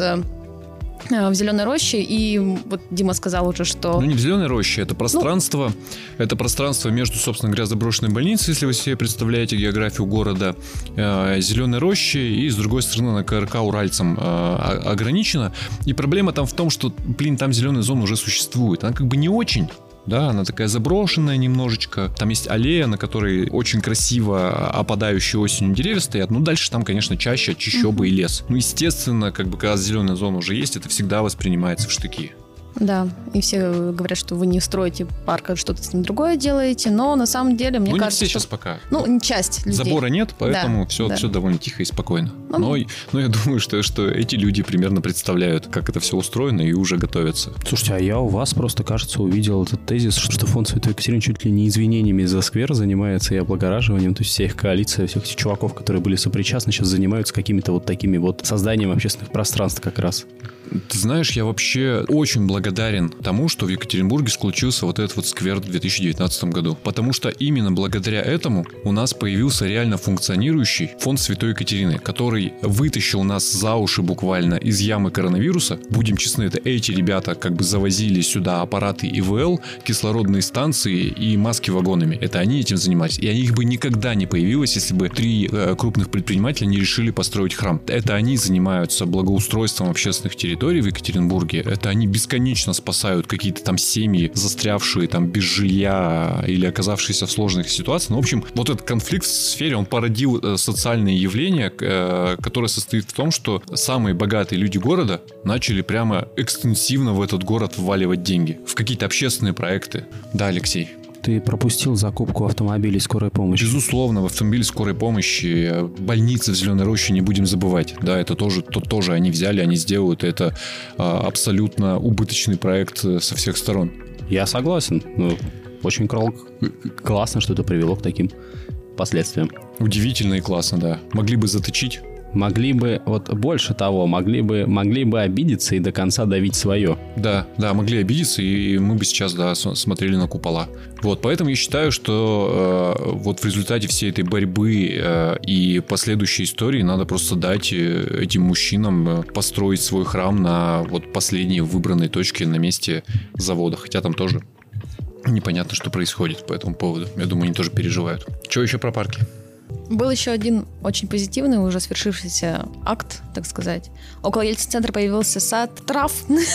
в Зеленой роще, и вот Дима сказал уже, что... Ну, не в Зеленой роще, это пространство, ну... это пространство между, собственно говоря, заброшенной больницей, если вы себе представляете географию города, э, Зеленой рощей, и с другой стороны на КРК Уральцем э, ограничено. И проблема там в том, что, блин, там зеленая зона уже существует. Она как бы не очень. Да, она такая заброшенная немножечко. Там есть аллея, на которой очень красиво опадающие осенью деревья стоят. Ну, дальше там, конечно, чаще чащобы mm-hmm. и лес. Ну, естественно, как бы, когда зеленая зона уже есть, это всегда воспринимается в штыки. Да, и все говорят, что вы не строите парк, а что-то с ним другое делаете, но на самом деле, мне ну, кажется, не все что... сейчас пока. Ну, часть людей. Забора нет, поэтому да, все, да. все довольно тихо и спокойно. Ну, но, но я думаю, что, что эти люди примерно представляют, как это все устроено, и уже готовятся. Слушайте, а я у вас просто, кажется, увидел этот тезис, что фонд Святой Екатерины чуть ли не извинениями за сквер занимается и облагораживанием. То есть вся их коалиция, всех этих чуваков, которые были сопричастны, сейчас занимаются какими-то вот такими вот созданием общественных пространств как раз. Ты знаешь, я вообще очень благодарен тому, что в Екатеринбурге случился вот этот вот сквер в две тысячи девятнадцатом году. Потому что именно благодаря этому у нас появился реально функционирующий фонд Святой Екатерины, который вытащил нас за уши буквально из ямы коронавируса. Будем честны, это эти ребята как бы завозили сюда аппараты И В Л, кислородные станции и маски вагонами. Это они этим занимались. И их бы никогда не появилось, если бы три э, крупных предпринимателя не решили построить храм. Это они занимаются благоустройством общественных территорий в Екатеринбурге. Это они бесконечно спасают какие-то там семьи, застрявшие там без жилья или оказавшиеся в сложных ситуациях. Ну, в общем, вот этот конфликт в сфере, он породил э, социальные явления, э, которое состоит в том, что самые богатые люди города начали прямо экстенсивно в этот город вваливать деньги в какие-то общественные проекты. Да, Алексей? Ты пропустил закупку автомобилей скорой помощи. Безусловно, в автомобиле скорой помощи, больницы в Зеленой Роще не будем забывать. Да, это тоже, то, тоже они взяли, они сделают. Это а, абсолютно убыточный проект со всех сторон. Я согласен. Ну, очень классно, что это привело к таким последствиям. Удивительно и классно, да. Могли бы заточить. Могли бы, вот больше того, могли бы, могли бы обидеться и до конца давить свое. Да, да, могли обидеться, и мы бы сейчас, да, смотрели на купола. Вот, поэтому я считаю, что э, вот в результате всей этой борьбы э, и последующей истории надо просто дать этим мужчинам построить свой храм на вот последней выбранной точке на месте завода. Хотя там тоже непонятно, что происходит по этому поводу. Я думаю, они тоже переживают. Что еще про парки? Был еще один очень позитивный, уже свершившийся акт, так сказать. Около Ельцин-центра появился сад трав.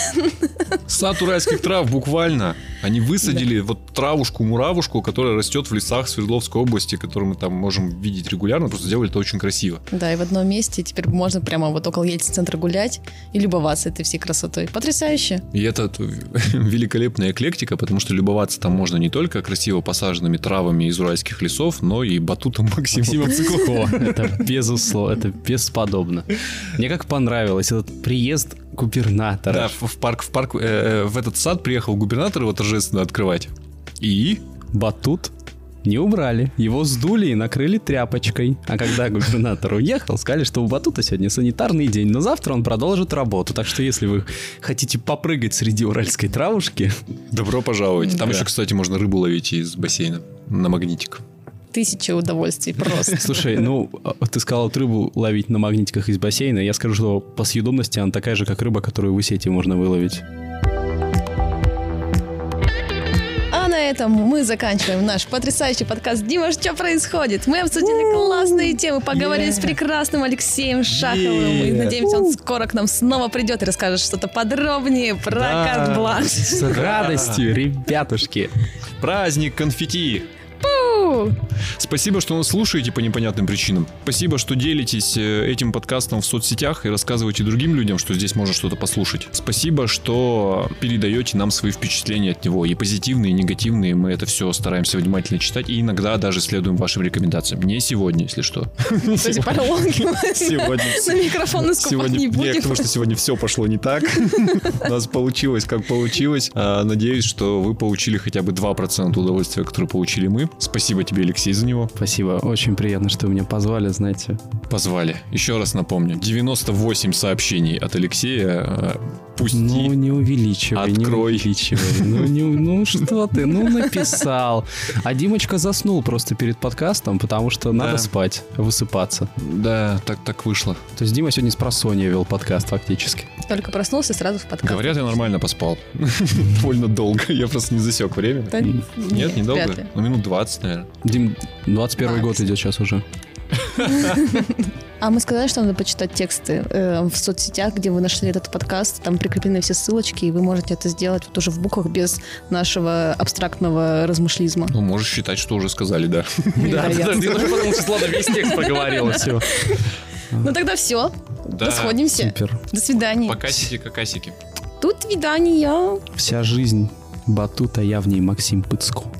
Сад уральских трав, буквально. Они высадили да. вот травушку-муравушку, которая растет в лесах Свердловской области, которую мы там можем видеть регулярно, просто сделали это очень красиво. Да, и в одном месте теперь можно прямо вот около Ельцин-центра гулять и любоваться этой всей красотой. Потрясающе. И это великолепная эклектика, потому что любоваться там можно не только красиво посаженными травами из уральских лесов, но и батутом Максима. Максима Цыклова. Это безусловно, это бесподобно. Мне как понравилось этот приезд губернатора. Да, в парк, в парк, э, в этот сад приехал губернатор его торжественно открывать. И батут не убрали. Его сдули и накрыли тряпочкой. А когда губернатор уехал, сказали, что у батута сегодня санитарный день, но завтра он продолжит работу. Так что если вы хотите попрыгать среди уральской травушки... Добро пожаловать. Там да. еще, кстати, можно рыбу ловить из бассейна на магнитик. Тысяча удовольствий просто. Слушай, ну, ты сказал вот рыбу ловить на магнитиках из бассейна. Я скажу, что по съедобности она такая же, как рыба, которую в сети можно выловить. А на этом мы заканчиваем наш потрясающий подкаст. Дима, что происходит? Мы обсудили классные темы, поговорили yeah. с прекрасным Алексеем Шаховым. Yeah. И надеемся, он скоро к нам снова придет и расскажет что-то подробнее про да. карт-бланш. С радостью, ребятушки. Праздник конфетти. Спасибо, что нас слушаете по непонятным причинам. Спасибо, что делитесь этим подкастом в соцсетях и рассказываете другим людям, что здесь можно что-то послушать. Спасибо, что передаете нам свои впечатления от него. И позитивные, и негативные. Мы это все стараемся внимательно читать. И иногда даже следуем вашим рекомендациям. Не сегодня, если что. То есть поролонги на микрофон наступать не будем. Потому что сегодня все пошло не так. У нас получилось, как получилось. Надеюсь, что вы получили хотя бы два процента удовольствия, которое получили мы. Спасибо тебе, Алексей, за него. Спасибо. Очень приятно, что вы меня позвали, знаете. Позвали. Еще раз напомню. девяносто восемь сообщений от Алексея. Пусти. Ну, не увеличивай. Открой. Не увеличивай. Ну, не, ну, что ты? Ну, написал. А Димочка заснул просто перед подкастом, потому что надо да. спать, высыпаться. Да, так, так вышло. То есть Дима сегодня с просонья вел подкаст фактически. Только проснулся сразу в подкаст. Говорят, я нормально поспал. Довольно долго. Я просто не засек время. Нет, не долго. Ну, минут двадцать, наверное. Дим, двадцать первый год идет сейчас уже. А мы сказали, что надо почитать тексты э, в соцсетях, где вы нашли этот подкаст. Там прикреплены все ссылочки, и вы можете это сделать вот уже в буквах без нашего абстрактного размышлизма. Ну, можешь считать, что уже сказали, да. Да, я тоже потому что ладно, весь текст проговорила, все. Ну тогда все. Расходимся. Супер. До свидания. Покасики, какасики. Тут свидания. Вся жизнь батута, я в ней Максим Пыцко.